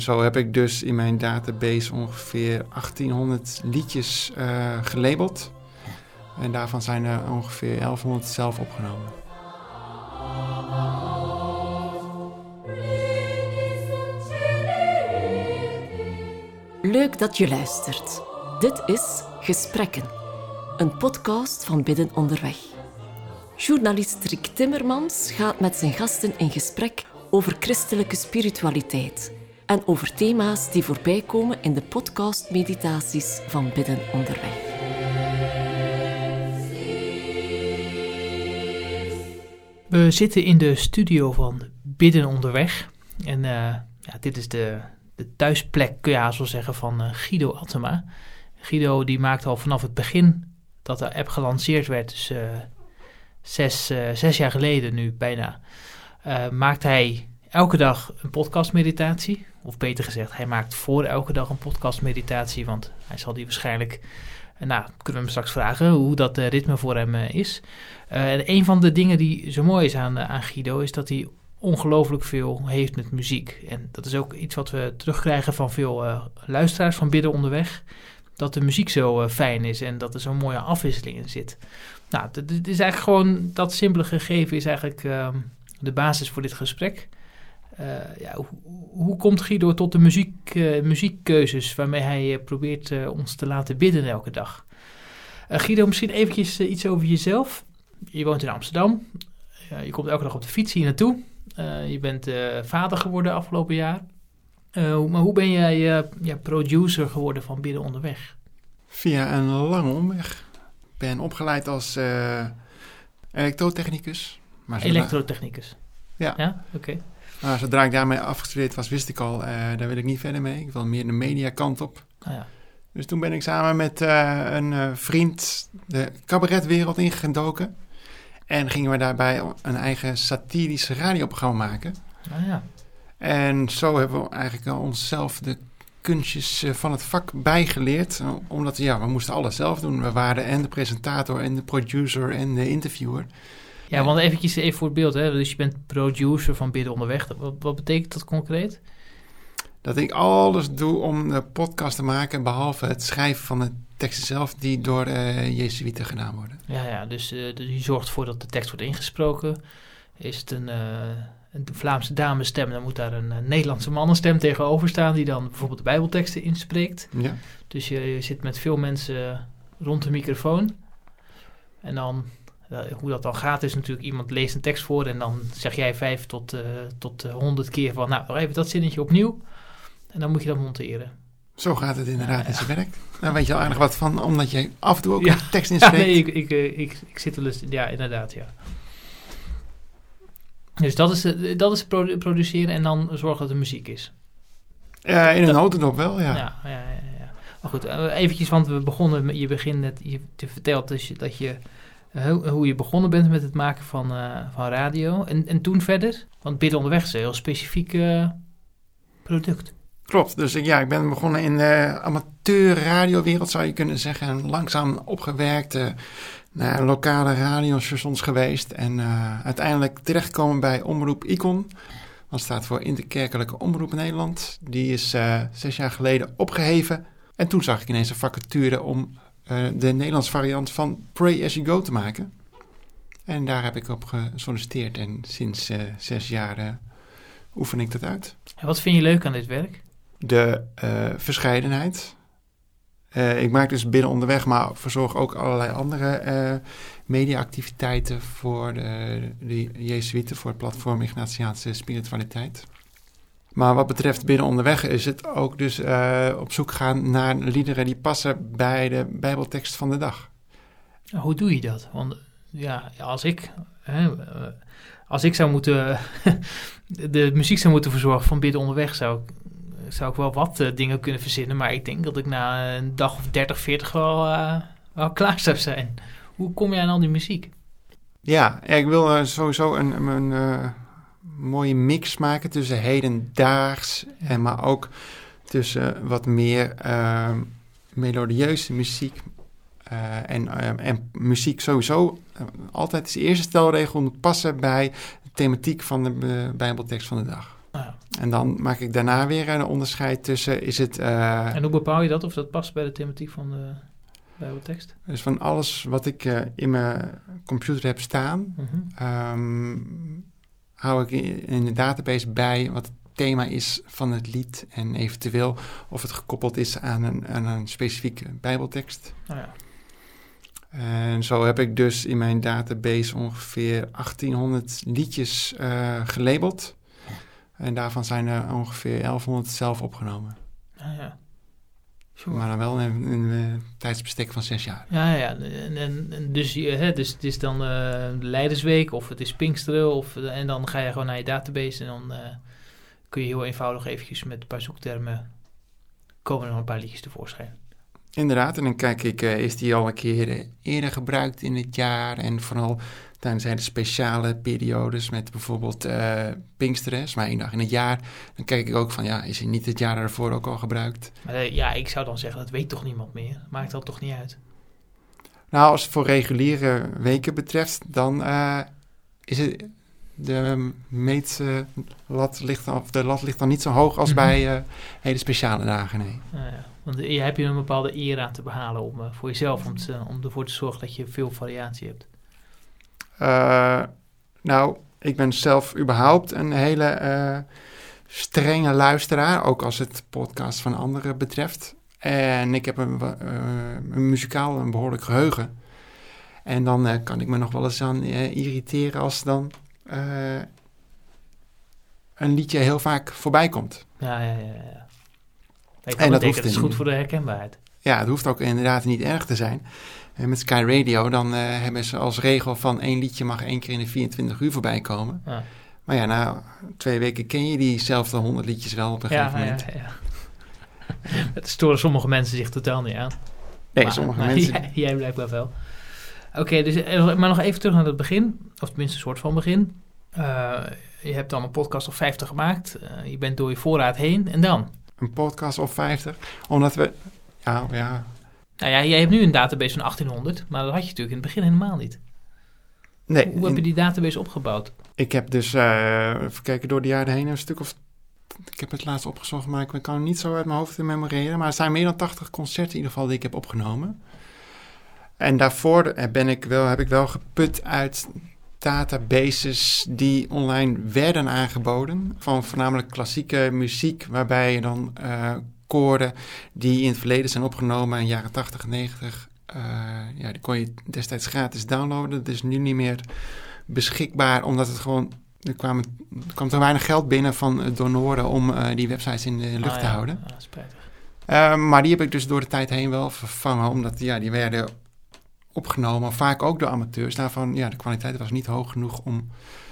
Zo heb ik dus in mijn database ongeveer 1800 liedjes gelabeld. En daarvan zijn er ongeveer 1100 zelf opgenomen. Leuk dat je luistert. Dit is Gesprekken, een podcast van Bidden Onderweg. Journalist Rick Timmermans gaat met zijn gasten in gesprek over christelijke spiritualiteit en over thema's die voorbij komen in de podcastmeditaties van Bidden Onderweg. We zitten in de studio van Bidden Onderweg. En dit is de thuisplek, kun je haast wel zeggen, van Guido Attema. Guido die maakt al vanaf het begin dat de app gelanceerd werd, dus 6 jaar geleden nu bijna, maakt hij elke dag een podcastmeditatie. Of beter gezegd, hij maakt voor elke dag een podcastmeditatie, want hij zal die waarschijnlijk... kunnen we hem straks vragen hoe dat ritme voor hem is. Een van de dingen die zo mooi is aan Guido is dat hij ongelooflijk veel heeft met muziek. En dat is ook iets wat we terugkrijgen van veel luisteraars van Bidden Onderweg. Dat de muziek zo fijn is en dat er zo'n mooie afwisseling in zit. Nou, het is eigenlijk gewoon dat simpele gegeven is eigenlijk de basis voor dit gesprek. Hoe komt Guido tot de muziekkeuzes waarmee hij probeert ons te laten bidden elke dag? Guido, misschien eventjes iets over jezelf. Je woont in Amsterdam. Je komt elke dag op de fiets hier naartoe. Je bent vader geworden afgelopen jaar. Maar hoe ben jij producer geworden van Bidden Onderweg? Via een lange omweg. Ik ben opgeleid als elektrotechnicus. Elektrotechnicus? Ja. Ja? Oké. Maar zodra ik daarmee afgestudeerd was, wist ik al, daar wil ik niet verder mee. Ik wil meer de mediakant op. Ah, ja. Dus toen ben ik samen met een vriend de cabaretwereld ingedoken. En gingen we daarbij een eigen satirisch radioprogramma maken. Ah, ja. En zo hebben we eigenlijk al onszelf de kunstjes van het vak bijgeleerd. Omdat we moesten alles zelf doen. We waren en de presentator en de producer en de interviewer. Ja, want even voor het beeld. Hè? Dus je bent producer van Bidden Onderweg. Wat betekent dat concreet? Dat ik alles doe om de podcast te maken, behalve het schrijven van de teksten zelf, die door Jezuïeten gedaan worden. Ja, dus je zorgt ervoor dat de tekst wordt ingesproken. Is het een Vlaamse damesstem, dan moet daar een Nederlandse mannenstem tegenover staan, die dan bijvoorbeeld de Bijbelteksten inspreekt. Ja. Dus je zit met veel mensen rond de microfoon. En dan, hoe dat dan gaat, is natuurlijk iemand leest een tekst voor en dan zeg jij 5 tot 100 keer van, nog even dat zinnetje opnieuw. En dan moet je dat monteren. Zo gaat het inderdaad in zijn werk. Daar weet je al aardig wat van, omdat je af en toe ook een tekst inspreekt. Ja, nee, ik zit wel eens... Ja, inderdaad, ja. Dus dat is produceren en dan zorgen dat er muziek is. In een notendop wel, ja. Ja. Maar goed, eventjes, want we begonnen... Je vertelt dus dat je... hoe je begonnen bent met het maken van radio. En toen verder? Want Bidden Onderweg is een heel specifiek product. Klopt, dus ik ben begonnen in de amateur-radiowereld, zou je kunnen zeggen. En langzaam opgewerkt naar lokale radiostations geweest. En uiteindelijk terechtgekomen bij Omroep Icon. Dat staat voor Interkerkelijke Omroep Nederland. Die is 6 jaar geleden opgeheven. En toen zag ik ineens een vacature om de Nederlandse variant van Pray As You Go te maken. En daar heb ik op gesolliciteerd. En sinds 6 jaar oefen ik dat uit. En wat vind je leuk aan dit werk? De verscheidenheid. Ik maak dus Bidden Onderweg, maar verzorg ook allerlei andere mediaactiviteiten voor de Jezuïeten, voor het platform Ignatiaanse Spiritualiteit. Maar wat betreft Bidden Onderweg is het ook dus op zoek gaan naar liederen die passen bij de Bijbeltekst van de dag. Hoe doe je dat? Want als ik zou moeten de muziek zou moeten verzorgen van Bidden Onderweg, zou ik wel wat dingen kunnen verzinnen. Maar ik denk dat ik na een dag of 30, 40 wel klaar zou zijn. Hoe kom je aan al die muziek? Ja, ik wil sowieso een mooie mix maken tussen hedendaags maar ook tussen wat meer melodieuze muziek. En muziek sowieso altijd is de eerste stelregel moet passen bij de thematiek van de Bijbeltekst van de dag. En dan maak ik daarna weer een onderscheid tussen, is het... En hoe bepaal je dat, of dat past bij de thematiek van de Bijbeltekst? Dus van alles wat ik in mijn computer heb staan, hou ik in de database bij wat het thema is van het lied en eventueel of het gekoppeld is aan een specifieke Bijbeltekst. Oh ja. En zo heb ik dus in mijn database ongeveer 1800 liedjes gelabeld. En daarvan zijn er ongeveer 1100 zelf opgenomen. Ah, ja. Maar dan wel in een tijdsbestek van 6 jaar. Ja. Dus het is dan Leidersweek of het is Pinksteren. En dan ga je gewoon naar je database en dan kun je heel eenvoudig eventjes met een paar zoektermen komen er nog een paar liedjes tevoorschijn. Inderdaad, en dan kijk ik, is die al een keer eerder gebruikt in het jaar? En vooral tijdens hele speciale periodes met bijvoorbeeld Pinksteren, is maar 1 dag in het jaar. Dan kijk ik ook van, is hij niet het jaar daarvoor ook al gebruikt? Maar ik zou dan zeggen, dat weet toch niemand meer? Maakt dat toch niet uit? Nou, als het voor reguliere weken betreft, dan is het... De meetlat ligt dan niet zo hoog als bij hele speciale dagen, nee. Ja. Want heb je een bepaalde eer aan te behalen voor jezelf, om ervoor te zorgen dat je veel variatie hebt? Nou, ik ben zelf überhaupt een hele strenge luisteraar, ook als het podcast van anderen betreft. En ik heb een muzikaal een behoorlijk geheugen. En dan kan ik me nog wel eens aan irriteren als dan een liedje heel vaak voorbij komt. Ja. En dat is goed voor de herkenbaarheid. Ja, het hoeft ook inderdaad niet erg te zijn. Met Sky Radio, dan hebben ze als regel van 1 liedje mag 1 keer in de 24 uur voorbij komen. Ja. Maar na 2 weken ken je diezelfde 100 liedjes wel op een gegeven moment. Ja. Het storen sommige mensen zich totaal niet aan. Nee, sommige mensen... Jij blijkbaar wel. Oké, dus, maar nog even terug naar het begin. Of tenminste een soort van begin. Je hebt dan een podcast of 50 gemaakt. Je bent door je voorraad heen. En dan? Een podcast of 50? Omdat we... Ja. Nou ja, jij hebt nu een database van 1800. Maar dat had je natuurlijk in het begin helemaal niet. Nee. Hoe heb je die database opgebouwd? Ik heb dus, even kijken, door de jaren heen een stuk of... Ik heb het laatst opgezocht, maar ik kan het niet zo uit mijn hoofd memoreren. Maar er zijn meer dan 80 concerten in ieder geval die ik heb opgenomen. En daarvoor heb ik wel geput uit databases die online werden aangeboden. Van voornamelijk klassieke muziek, waarbij je dan koren die in het verleden zijn opgenomen in de jaren 80 en 90. Die kon je destijds gratis downloaden. Dat is nu niet meer beschikbaar, omdat het gewoon... Er kwam te weinig geld binnen van donoren om die websites in de lucht te houden. Ja, spijtig. Maar die heb ik dus door de tijd heen wel vervangen, omdat die werden opgenomen, vaak ook door amateurs. Daarvan, de kwaliteit was niet hoog genoeg om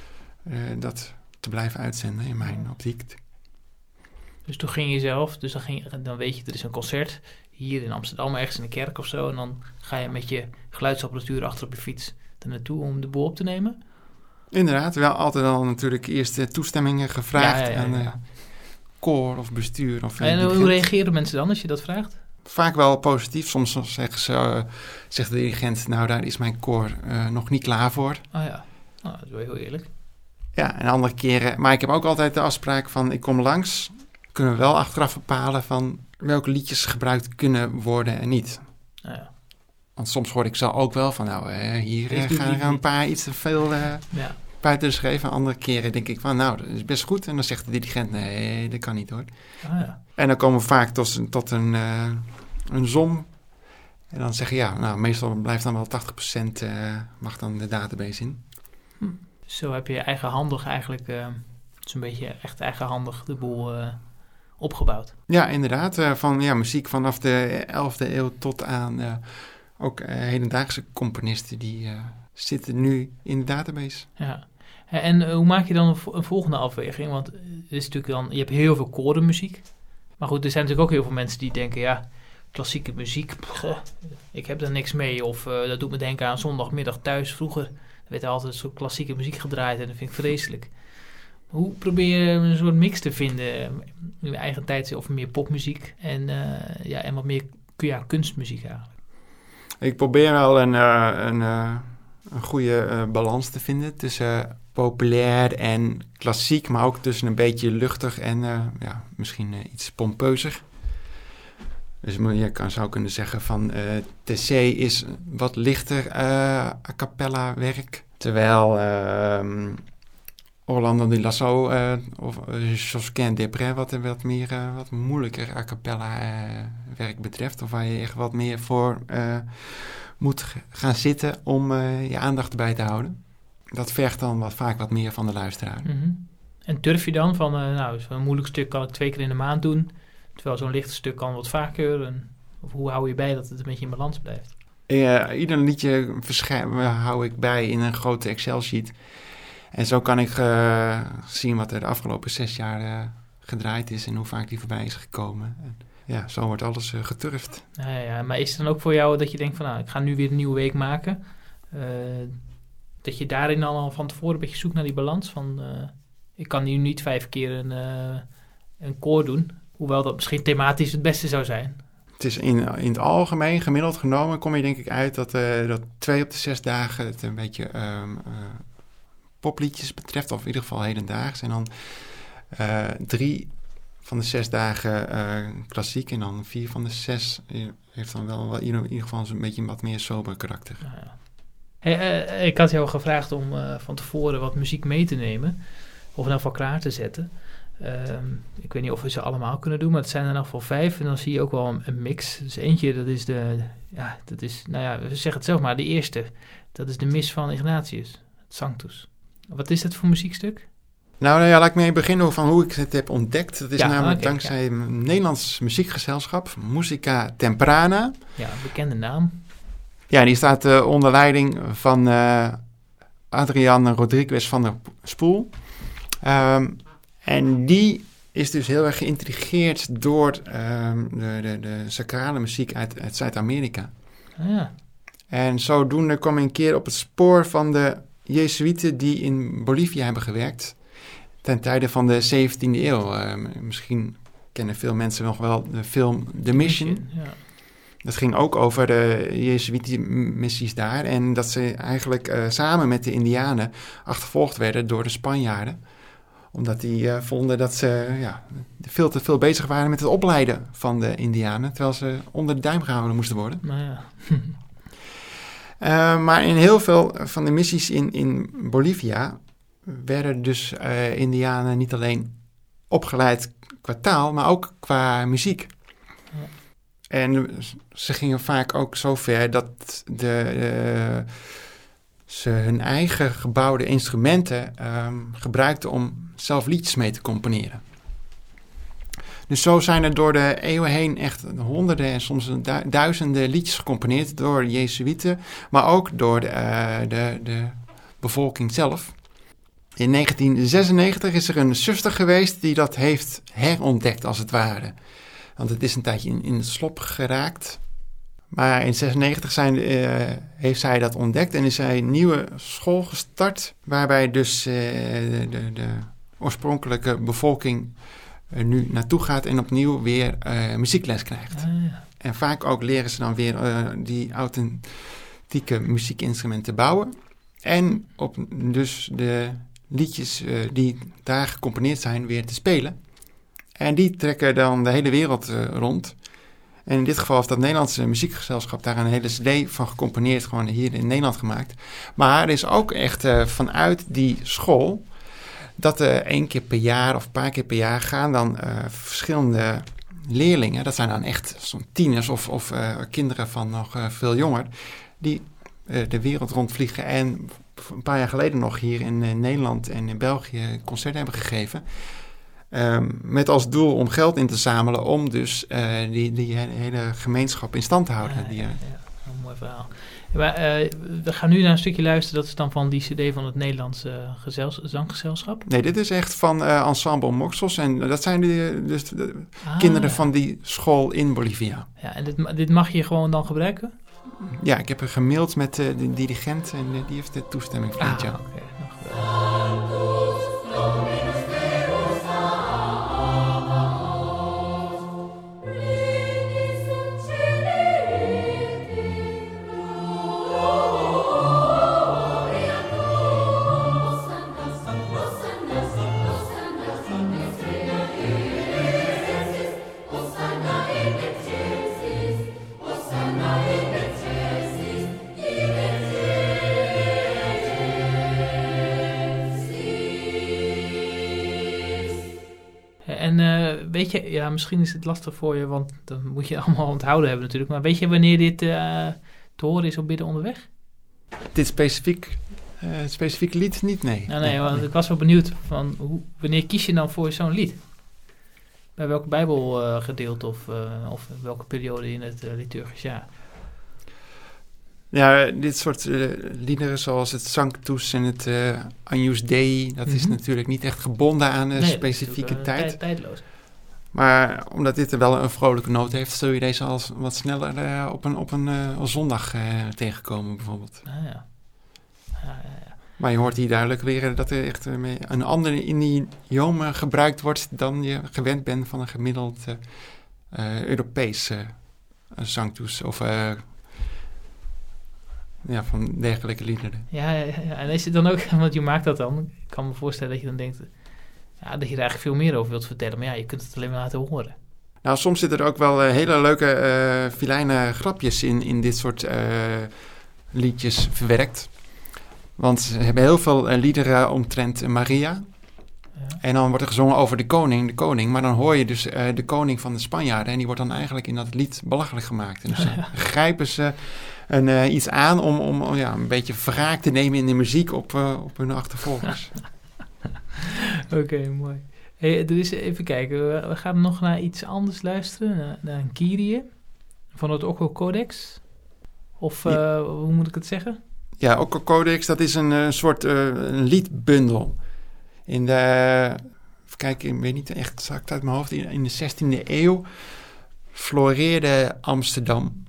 dat te blijven uitzenden in mijn optiek. Dus toen ging je zelf, dan weet je, er is een concert hier in Amsterdam, ergens in de kerk of zo, en dan ga je met je geluidsapparatuur achter op je fiets er naartoe om de boel op te nemen? Inderdaad, wel altijd al natuurlijk eerst toestemmingen gevraagd aan koor of bestuur. En hoe reageren mensen dan als je dat vraagt? Vaak wel positief. Soms zegt de dirigent, nou daar is mijn koor nog niet klaar voor. Oh ja, dat is wel heel eerlijk. Ja, en andere keren, maar ik heb ook altijd de afspraak van ik kom langs. Kunnen we wel achteraf bepalen van welke liedjes gebruikt kunnen worden en niet. Oh ja. Want soms hoor ik zo ook wel van, hier gaan er een paar iets te veel buiten schrijven. Andere keren denk ik van, dat is best goed. En dan zegt de dirigent, nee, dat kan niet hoor. Ah, ja. En dan komen we vaak tot een som. En dan zeggen meestal blijft dan wel 80% mag dan de database in. Zo heb je eigenhandig eigenlijk, zo'n beetje echt eigenhandig de boel opgebouwd. Ja, inderdaad. Van muziek vanaf de 11e eeuw tot aan... Ook hedendaagse componisten die zitten nu in de database. Ja. En hoe maak je dan een volgende afweging? Want het is natuurlijk dan, je hebt heel veel korenmuziek. Maar goed, er zijn natuurlijk ook heel veel mensen die denken... klassieke muziek, ik heb daar niks mee. Of dat doet me denken aan zondagmiddag thuis. Vroeger werd er altijd zo'n klassieke muziek gedraaid en dat vind ik vreselijk. Hoe probeer je een soort mix te vinden in je eigen tijd? Of meer popmuziek en wat meer kunstmuziek eigenlijk? Ik probeer wel een goede balans te vinden tussen populair en klassiek, maar ook tussen een beetje luchtig en misschien iets pompeuzer. Dus je zou kunnen zeggen van TC is wat lichter a cappella werk. Terwijl Orlando di Lasso of Josquin Desprez wat moeilijker a cappella werk betreft. Of waar je echt wat meer voor moet gaan zitten om je aandacht erbij te houden. Dat vergt dan vaak wat meer van de luisteraar. Mm-hmm. En durf je dan van, zo'n moeilijk stuk kan ik 2 keer in de maand doen, terwijl zo'n licht stuk kan wat vaker? Of hoe hou je bij dat het een beetje in balans blijft? Ieder liedje hou ik bij in een grote Excel-sheet. En zo kan ik zien wat er de afgelopen 6 jaar gedraaid is en hoe vaak die voorbij is gekomen. En zo wordt alles geturfd. Ja, maar is het dan ook voor jou dat je denkt van, ik ga nu weer een nieuwe week maken? Dat je daarin al van tevoren een beetje zoekt naar die balans van, ik kan nu niet 5 keer een koor doen, hoewel dat misschien thematisch het beste zou zijn. Het is in het algemeen, gemiddeld genomen, kom je denk ik uit dat 2 op de 6 dagen het een beetje popliedjes betreft, of in ieder geval hedendaags. En dan 3 van de 6 dagen klassiek en dan 4 van de 6 heeft dan wel in ieder geval een beetje wat meer sober karakter. Ja. Hey, ik had jou gevraagd om van tevoren wat muziek mee te nemen, of in elk geval klaar te zetten. Ik weet niet of we ze allemaal kunnen doen, maar het zijn er in elk geval 5. En dan zie je ook wel een mix. Dus eentje, dat is we zeggen het zelf maar, de eerste. Dat is de mis van Ignatius, het Sanctus. Wat is dat voor muziekstuk? Laat ik mee beginnen van hoe ik het heb ontdekt. Dat is namelijk dankzij een Nederlands muziekgezelschap, Musica Temprana. Ja, bekende naam. Ja, die staat onder leiding van Adrian Rodriguez van der Spoel. En die is dus heel erg geïntrigeerd door de sacrale muziek uit Zuid-Amerika. Ja. En zodoende kwam ik een keer op het spoor van de Jezuïeten die in Bolivia hebben gewerkt ten tijde van de 17e eeuw. Misschien kennen veel mensen nog wel de film The Mission. Ja. Dat ging ook over de Jezuïeten-missies daar. En dat ze eigenlijk samen met de Indianen achtervolgd werden door de Spanjaarden. Omdat die vonden dat ze veel te veel bezig waren met het opleiden van de Indianen. Terwijl ze onder de duim gehouden moesten worden. Maar in heel veel van de missies in Bolivia werden dus Indianen niet alleen opgeleid qua taal, maar ook qua muziek. Ja. En ze gingen vaak ook zo ver dat ze hun eigen gebouwde instrumenten gebruikten om zelf liedjes mee te componeren. Dus zo zijn er door de eeuwen heen echt honderden en soms duizenden liedjes gecomponeerd door de Jezuïeten, maar ook door de bevolking zelf. In 1996 is er een zuster geweest die dat heeft herontdekt als het ware. Want het is een tijdje in het slop geraakt. Maar in 1996 heeft zij dat ontdekt en is zij een nieuwe school gestart, waarbij dus de oorspronkelijke bevolking nu naartoe gaat en opnieuw weer muziekles krijgt. Ja. En vaak ook leren ze dan weer die authentieke muziekinstrumenten bouwen. En dus de liedjes die daar gecomponeerd zijn weer te spelen. En die trekken dan de hele wereld rond. En in dit geval heeft dat Nederlandse muziekgezelschap daar een hele cd van gecomponeerd, gewoon hier in Nederland gemaakt. Maar er is ook echt vanuit die school dat 1 keer per jaar of een paar keer per jaar gaan dan verschillende leerlingen, dat zijn dan echt zo'n tieners of kinderen van nog veel jonger, die de wereld rondvliegen en een paar jaar geleden nog hier in Nederland en in België concerten hebben gegeven. Met als doel om geld in te zamelen om dus die hele gemeenschap in stand te houden. Ja, een mooi verhaal. Maar, we gaan nu naar een stukje luisteren, dat is dan van die cd van het Nederlandse zanggezelschap? Nee, dit is echt van Ensemble Moxos en dat zijn de kinderen van die school in Bolivia. Ja, en dit mag je gewoon dan gebruiken? Ja, ik heb er gemaild met de dirigent en die heeft de toestemming verleend. Okay. weet je, ja, misschien is het lastig voor je, want dan moet je allemaal onthouden hebben natuurlijk. Maar weet je wanneer dit te horen is op Bidden Onderweg? Dit specifieke lied niet, nee. Nee, want ik was wel benieuwd van wanneer kies je dan voor zo'n lied? Bij welk Bijbelgedeelte of welke periode in het liturgisch jaar? Ja, dit soort liederen zoals het Sanctus en het Agnus Dei, dat is natuurlijk niet echt gebonden aan een specifieke tijd. Tijdloos. Maar omdat dit er wel een vrolijke noot heeft, zul je deze al wat sneller op een zondag tegenkomen bijvoorbeeld. Ah, ja. Maar je hoort hier duidelijk weer dat er echt een ander idioom gebruikt wordt dan je gewend bent van een gemiddeld Europees Sanctus of van dergelijke liederen. Ja, en is het dan ook, want je maakt dat dan, ik kan me voorstellen dat je dan denkt, ja, dat je er eigenlijk veel meer over wilt vertellen, maar ja, je kunt het alleen maar laten horen. Nou, soms zitten er ook wel hele leuke filijne grapjes in dit soort liedjes verwerkt. Want ze hebben heel veel liederen omtrent Maria. Ja. En dan wordt er gezongen over de koning. Maar dan hoor je dus de koning van de Spanjaarden. En die wordt dan eigenlijk in dat lied belachelijk gemaakt. En dus grijpen ze iets aan om een beetje wraak te nemen in de muziek op hun achtervolgers. Oké, mooi. Hey, dus even kijken. We gaan nog naar iets anders luisteren. Naar een Kyrie van het Occo Codex. Of hoe moet ik het zeggen? Ja, Occo Codex, dat is een soort liedbundel. In de, even kijken, ik weet niet echt exact uit mijn hoofd, in de 16e eeuw floreerde Amsterdam.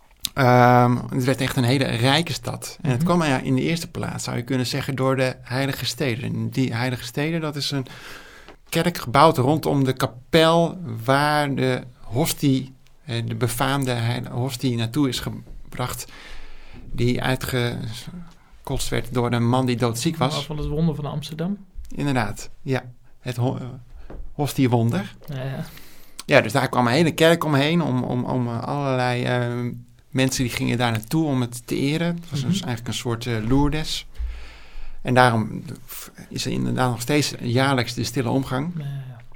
Het werd echt een hele rijke stad. En het kwam in de eerste plaats, zou je kunnen zeggen, door de heilige steden. En die heilige steden, dat is een kerk gebouwd rondom de kapel waar de hostie, de befaamde hostie naartoe is gebracht, die uitgekotst werd door een man die doodziek was. Van het wonder van Amsterdam? Inderdaad, ja. Het hostiewonder. Ja. Ja, dus daar kwam een hele kerk omheen om allerlei mensen die gingen daar naartoe om het te eren. Het was dus eigenlijk een soort Lourdes. En daarom is er inderdaad nog steeds jaarlijks de stille omgang. Ja.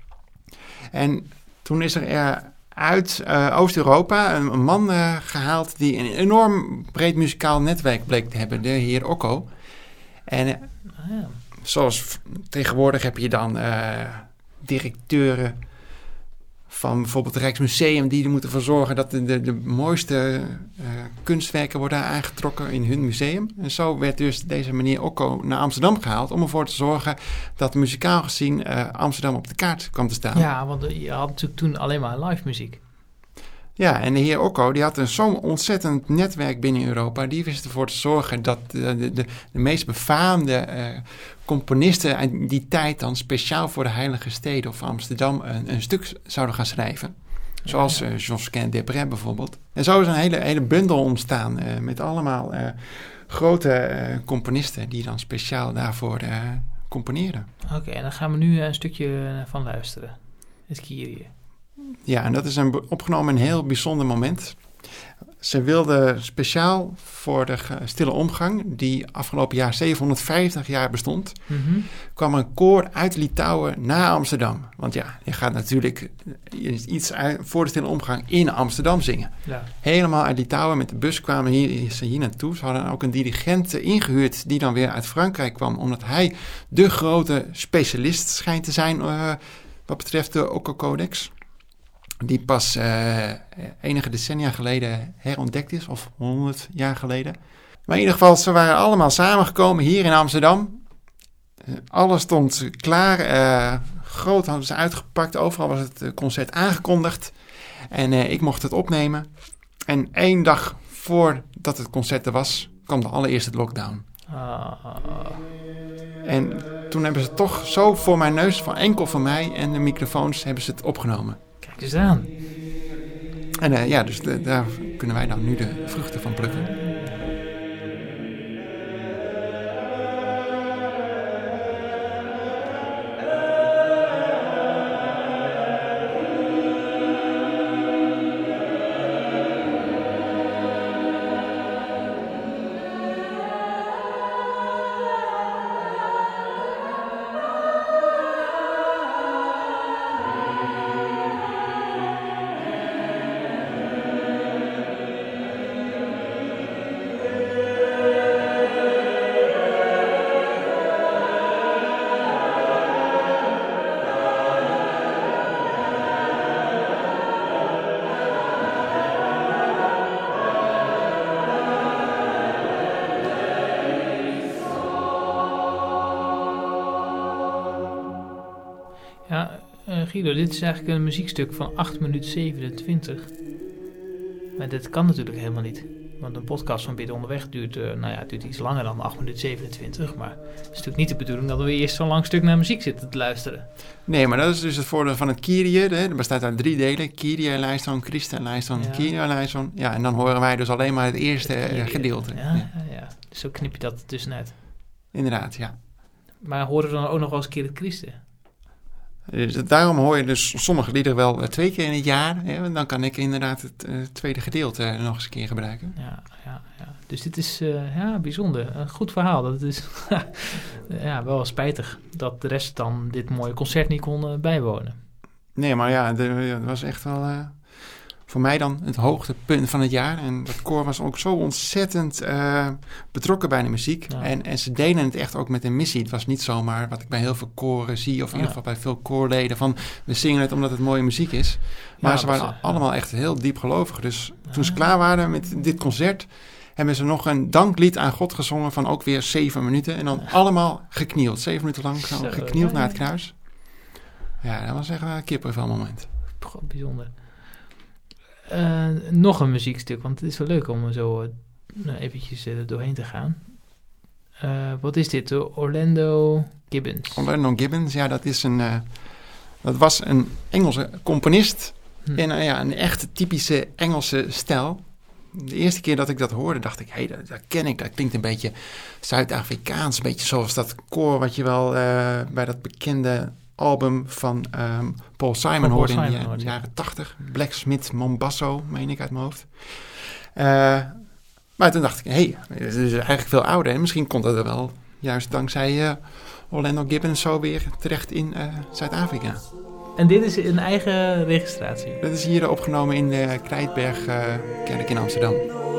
En toen is er uit Oost-Europa een man gehaald die een enorm breed muzikaal netwerk bleek te hebben, de heer Occo. En zoals tegenwoordig heb je dan directeuren van bijvoorbeeld het Rijksmuseum die er moeten voor zorgen dat de mooiste kunstwerken worden aangetrokken in hun museum. En zo werd dus deze meneer Occo naar Amsterdam gehaald om ervoor te zorgen dat muzikaal gezien Amsterdam op de kaart kwam te staan. Ja, want je had natuurlijk toen alleen maar live muziek. Ja, en de heer Occo die had zo'n ontzettend netwerk binnen Europa. Die wist ervoor te zorgen dat de meest befaamde componisten uit die tijd dan speciaal voor de heilige steden of Amsterdam een stuk zouden gaan schrijven. Zoals Josquin Debray bijvoorbeeld. En zo is een hele bundel ontstaan met allemaal grote componisten die dan speciaal daarvoor componeren. Oké, en dan gaan we nu een stukje van luisteren. Het Kyrie. Ja, en dat is opgenomen een heel bijzonder moment. Ze wilden speciaal voor de stille omgang, die afgelopen jaar 750 jaar bestond, kwam een koor uit Litouwen naar Amsterdam. Want ja, je gaat natuurlijk iets voor de stille omgang in Amsterdam zingen. Ja. Helemaal uit Litouwen met de bus kwamen ze hier naartoe. Ze hadden ook een dirigent ingehuurd die dan weer uit Frankrijk kwam, omdat hij de grote specialist schijnt te zijn wat betreft de Occo Codex. Die pas enige decennia geleden herontdekt is, of 100 jaar geleden. Maar in ieder geval, ze waren allemaal samengekomen hier in Amsterdam. Alles stond klaar. Groot hadden ze uitgepakt. Overal was het concert aangekondigd. En ik mocht het opnemen. En 1 dag voordat het concert er was, kwam de allereerste lockdown. En toen hebben ze toch zo voor mijn neus, van enkel van mij en de microfoons, hebben ze het opgenomen. Kijk eens aan. En dus daar kunnen wij dan nu de vruchten van plukken. Guido, dit is eigenlijk een muziekstuk van 8 minuten 27. Maar dit kan natuurlijk helemaal niet. Want een podcast van Bidden Onderweg duurt, het duurt iets langer dan 8 minuten 27. Maar het is natuurlijk niet de bedoeling dat we eerst zo'n lang stuk naar muziek zitten te luisteren. Nee, maar dat is dus het voordeel van het Kyrie. Dat bestaat uit 3 delen. Kyrie eleison, Christe eleison, Kyrie eleison. Ja, en dan horen wij dus alleen maar het eerste gedeelte. Ja. Dus zo knip je dat er tussenuit. Inderdaad, ja. Maar horen we dan ook nog wel eens een keer het Christe? Dus daarom hoor je dus sommige liederen wel 2 keer in het jaar. Hè? Dan kan ik inderdaad het tweede gedeelte nog eens een keer gebruiken. Ja. Dus dit is bijzonder. Een goed verhaal. Dat is wel spijtig dat de rest dan dit mooie concert niet kon bijwonen. Nee, maar ja, het was echt wel voor mij dan het hoogtepunt van het jaar. En dat koor was ook zo ontzettend betrokken bij de muziek. Ja. En ze deden het echt ook met een missie. Het was niet zomaar wat ik bij heel veel koren zie, of in ieder geval bij veel koorleden, van we zingen het omdat het mooie muziek is. Maar ze waren allemaal echt heel diep gelovig. Dus toen ze klaar waren met dit concert, hebben ze nog een danklied aan God gezongen van ook weer 7 minuten. En dan allemaal geknield. 7 minuten lang geknield naar het kruis. Ja, dat was echt een kippenvel moment. Bijzonder. Nog een muziekstuk, want het is wel leuk om er zo eventjes doorheen te gaan. Wat is dit? Orlando Gibbons. Orlando Gibbons, ja, dat was een Engelse componist in een echte typische Engelse stijl. De eerste keer dat ik dat hoorde, dacht ik, dat ken ik. Dat klinkt een beetje Zuid-Afrikaans, een beetje zoals dat koor wat je wel bij dat bekende album van Paul Simon hoorde in de jaren 80. Blacksmith Mombasso, meen ik uit mijn hoofd. Maar toen dacht ik, het is eigenlijk veel ouder. En misschien komt dat er wel juist dankzij Orlando Gibbons zo weer terecht in Zuid-Afrika. En dit is een eigen registratie? Dat is hier opgenomen in de Krijtbergkerk in Amsterdam.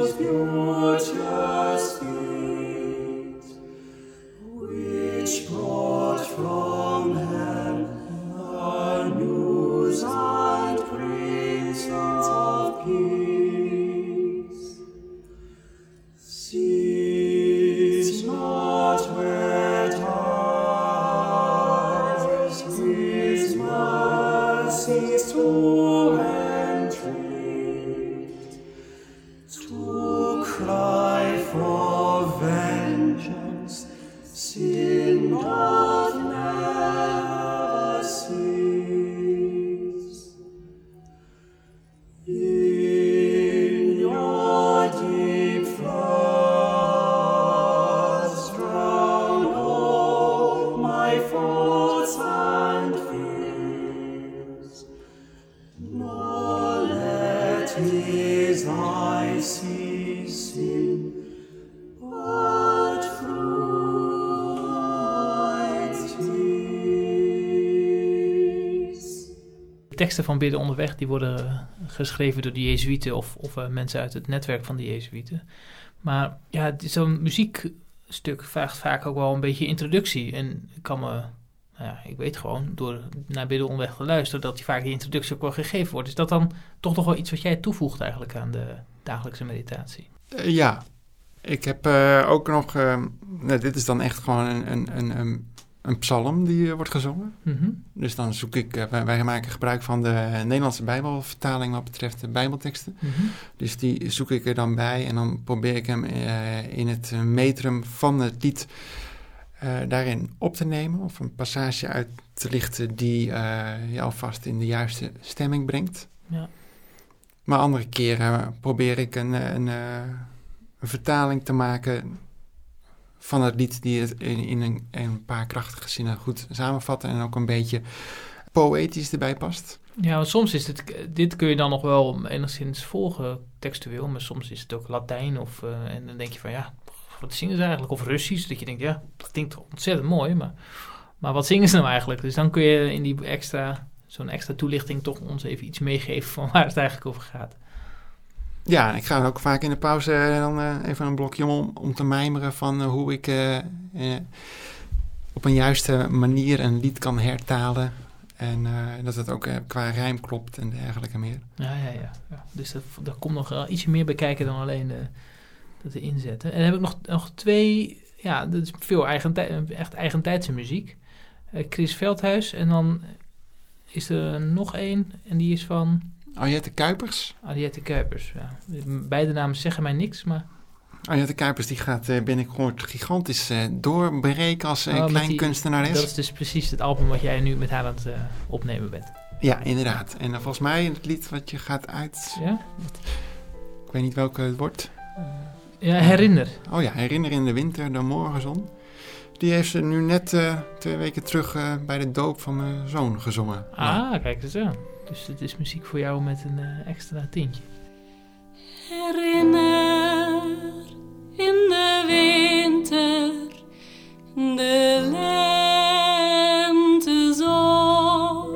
Teksten van Bidden Onderweg, die worden geschreven door de Jezuïeten of mensen uit het netwerk van de Jezuïeten. Maar ja, zo'n muziekstuk vraagt vaak ook wel een beetje introductie. En ik weet gewoon, door naar Bidden Onderweg te luisteren, dat vaak die introductie ook wel gegeven wordt. Is dat dan toch nog wel iets wat jij toevoegt eigenlijk aan de dagelijkse meditatie? Ja, ik heb ook nog, dit is dan echt gewoon een psalm die wordt gezongen. Mm-hmm. Dus dan zoek ik, wij maken gebruik van de Nederlandse Bijbelvertaling wat betreft de Bijbelteksten. Mm-hmm. Dus die zoek ik er dan bij en dan probeer ik hem in het metrum van het lied daarin op te nemen. Of een passage uit te lichten die je alvast in de juiste stemming brengt. Ja. Maar andere keren probeer ik een vertaling te maken van het lied die het in een paar krachtige zinnen goed samenvatten en ook een beetje poëtisch erbij past. Ja, want soms is dit kun je dan nog wel enigszins volgen textueel, maar soms is het ook Latijn en dan denk je van wat zingen ze eigenlijk? Of Russisch, dat je denkt, dat klinkt ontzettend mooi, maar wat zingen ze nou eigenlijk? Dus dan kun je in zo'n extra toelichting toch ons even iets meegeven van waar het eigenlijk over gaat. Ja, ik ga ook vaak in de pauze dan even een blokje om te mijmeren van hoe ik op een juiste manier een lied kan hertalen. En dat het ook qua rijm klopt en dergelijke meer. Ja. Dus daar komt nog wel ietsje meer bij kijken dan alleen dat inzetten. En dan heb ik nog 2, dat is veel echt eigentijdse muziek. Chris Veldhuis en dan is er nog één en die is van Ariette Kuipers. Ariette Kuipers. Ja. Beide namen zeggen mij niks, maar... Ariette Kuipers die gaat binnenkort gigantisch doorbreken als klein kunstenares. Dat is dus precies het album wat jij nu met haar aan het opnemen bent. Ja, inderdaad. En volgens mij het lied wat je gaat uit... Ja? Ik weet niet welke het wordt. Ja, Herinner. Oh ja, Herinner in de winter, de morgenzon. Die heeft ze nu net 2 weken terug bij de doop van mijn zoon gezongen. Kijk eens aan. Dus het is muziek voor jou met een extra tintje. Herinner in de winter de lentezon,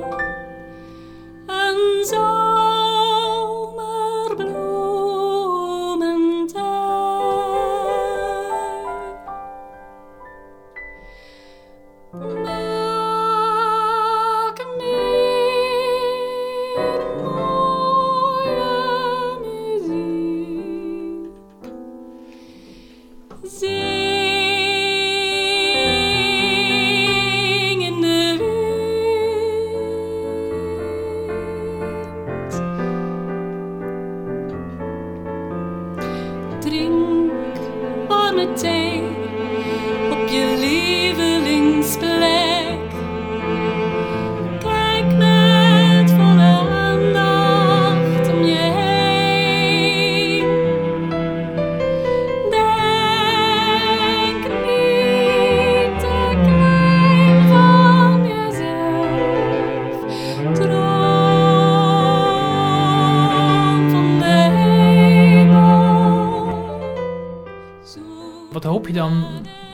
een zomerbloementijd. Maak meer mooie muziek. Zing in de wind. Drink warme thee op je lievelingsplek. Kijk met volle aandacht om je heen. Denk niet te klein van jezelf. Droom van de hemel. Wat hoop je dan...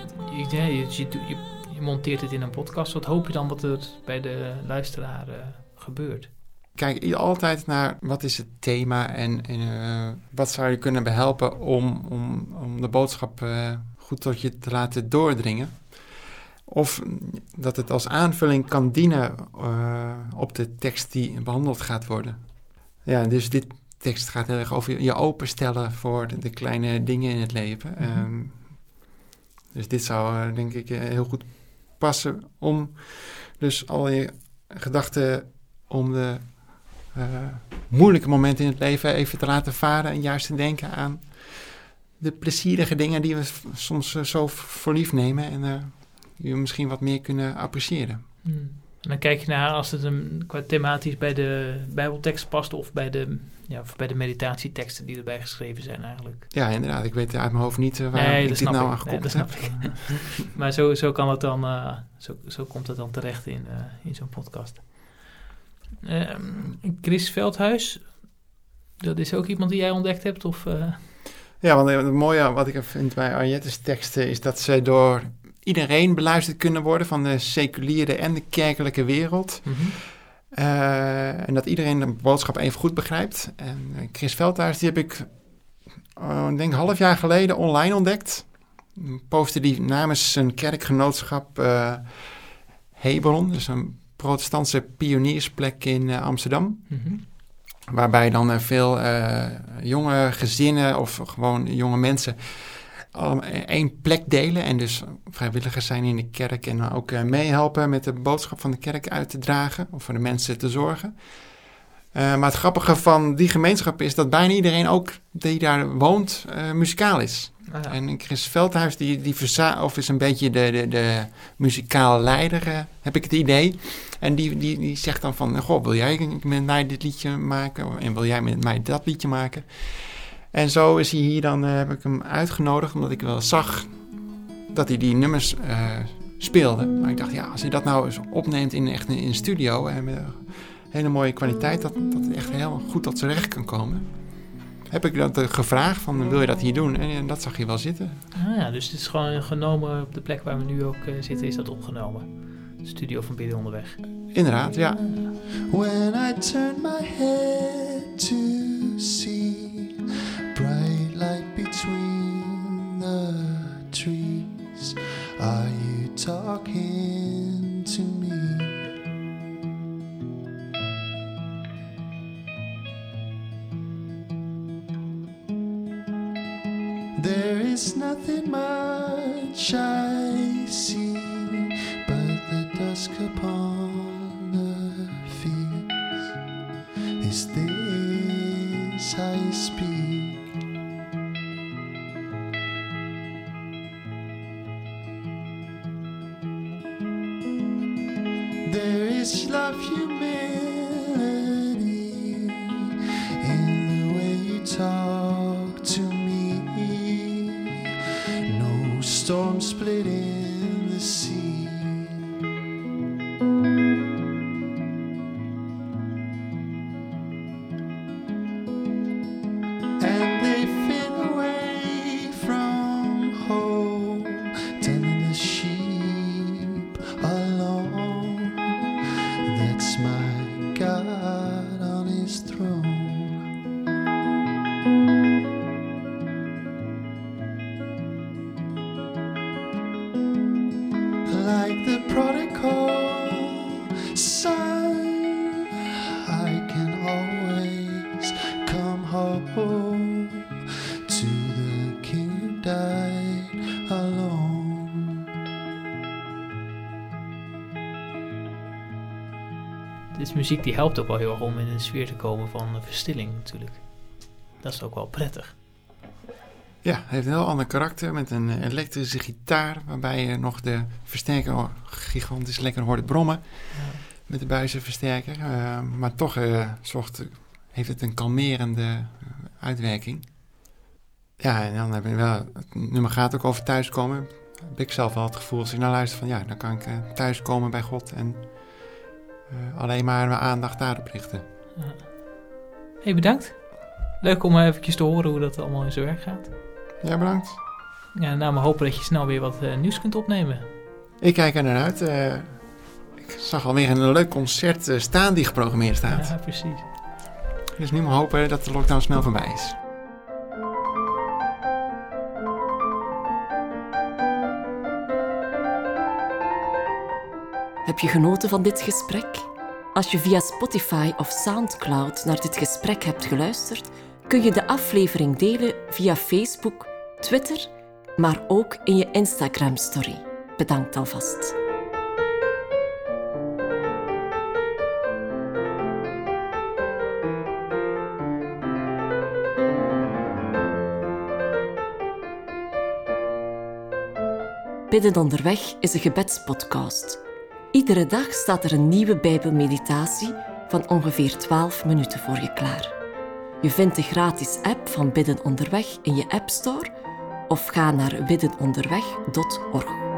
Je monteert het in een podcast. Wat hoop je dan wat er bij de luisteraar gebeurt? Kijk altijd naar wat is het thema en wat zou je kunnen behelpen om de boodschap goed tot je te laten doordringen. Of dat het als aanvulling kan dienen op de tekst die behandeld gaat worden. Ja, dus dit tekst gaat heel erg over je openstellen voor de kleine dingen in het leven. Dus dit zou denk ik heel goed passen om dus al je gedachten om de moeilijke momenten in het leven even te laten varen en juist te denken aan de plezierige dingen die we soms zo voor lief nemen en die we misschien wat meer kunnen appreciëren. En dan kijk je naar als het qua thematisch bij de Bijbeltekst past of bij de meditatieteksten die erbij geschreven zijn eigenlijk. Ja, inderdaad. Ik weet uit mijn hoofd niet waar ik dit nou aan gekoppeld heb. Maar zo kan het dan, zo komt het dan terecht in zo'n podcast. Chris Veldhuis, dat is ook iemand die jij ontdekt hebt? Of, Ja, want het mooie wat ik vind bij Ariette's teksten is dat ze door iedereen beluisterd kunnen worden, van de seculiere en de kerkelijke wereld. Mm-hmm. En dat iedereen de boodschap even goed begrijpt. En Chris Veldhuis, die heb ik, ik denk een half jaar geleden online ontdekt. Postte die namens zijn kerkgenootschap Hebron, dus een protestantse pioniersplek in Amsterdam. Mm-hmm. Waarbij dan veel jonge gezinnen of gewoon jonge mensen allemaal één plek delen en dus vrijwilligers zijn in de kerk en ook meehelpen met de boodschap van de kerk uit te dragen of voor de mensen te zorgen. Maar het grappige van die gemeenschap is dat bijna iedereen ook die daar woont muzikaal is. Ah, ja. En Chris Veldhuis of is een beetje de muzikale leider, heb ik het idee. En die zegt dan van, goh, wil jij met mij dit liedje maken en wil jij met mij dat liedje maken? En zo is hij hier dan, heb ik hem uitgenodigd, omdat ik wel zag dat hij die nummers speelde. Maar ik dacht, ja, als hij dat nou eens opneemt in een studio en met hele mooie kwaliteit, dat het echt heel goed tot zijn recht kan komen. Heb ik dat gevraagd van, wil je dat hier doen? En dat zag je wel zitten. Ah ja, dus het is gewoon genomen op de plek waar we nu ook zitten, is dat opgenomen. De studio van Bidden Onderweg. Inderdaad, ja. When I turn my head to see bright light between the trees, are you talking to me? There is nothing much I see but the dusk upon the field. is how you speak. There is love, humility in the way you talk to me. No storm split in the sea. And they fade away from home, tending the sheep alone. That's my God on his throne. Like the prodigal son, I can always come home to the King who died alone. Dus muziek die helpt ook wel heel erg om in een sfeer te komen van verstilling natuurlijk. Dat is ook wel prettig. Ja, het heeft een heel ander karakter met een elektrische gitaar, waarbij je nog de versterker gigantisch lekker hoort brommen met de buizenversterker. Maar toch heeft het een kalmerende uitwerking. Ja, en dan heb je wel, het nummer gaat ook over thuiskomen. Heb ik zelf wel het gevoel, als ik naar luister van ja, dan kan ik thuiskomen bij God en alleen maar mijn aandacht daarop richten. Ja. Hey, bedankt. Leuk om eventjes te horen hoe dat allemaal in zijn werk gaat. Ja, bedankt. Ja, nou, maar hopen dat je snel weer wat nieuws kunt opnemen. Ik kijk er naar uit. Ik zag alweer een leuk concert staan die geprogrammeerd staat. Ja, precies. Dus nu maar hopen dat de lockdown snel voorbij is. Heb je genoten van dit gesprek? Als je via Spotify of Soundcloud naar dit gesprek hebt geluisterd, kun je de aflevering delen via Facebook, Twitter, maar ook in je Instagram-story. Bedankt alvast. Bidden onderweg is een gebedspodcast. Iedere dag staat er een nieuwe Bijbelmeditatie van ongeveer 12 minuten voor je klaar. Je vindt de gratis app van Bidden Onderweg in je App Store of ga naar biddenonderweg.org.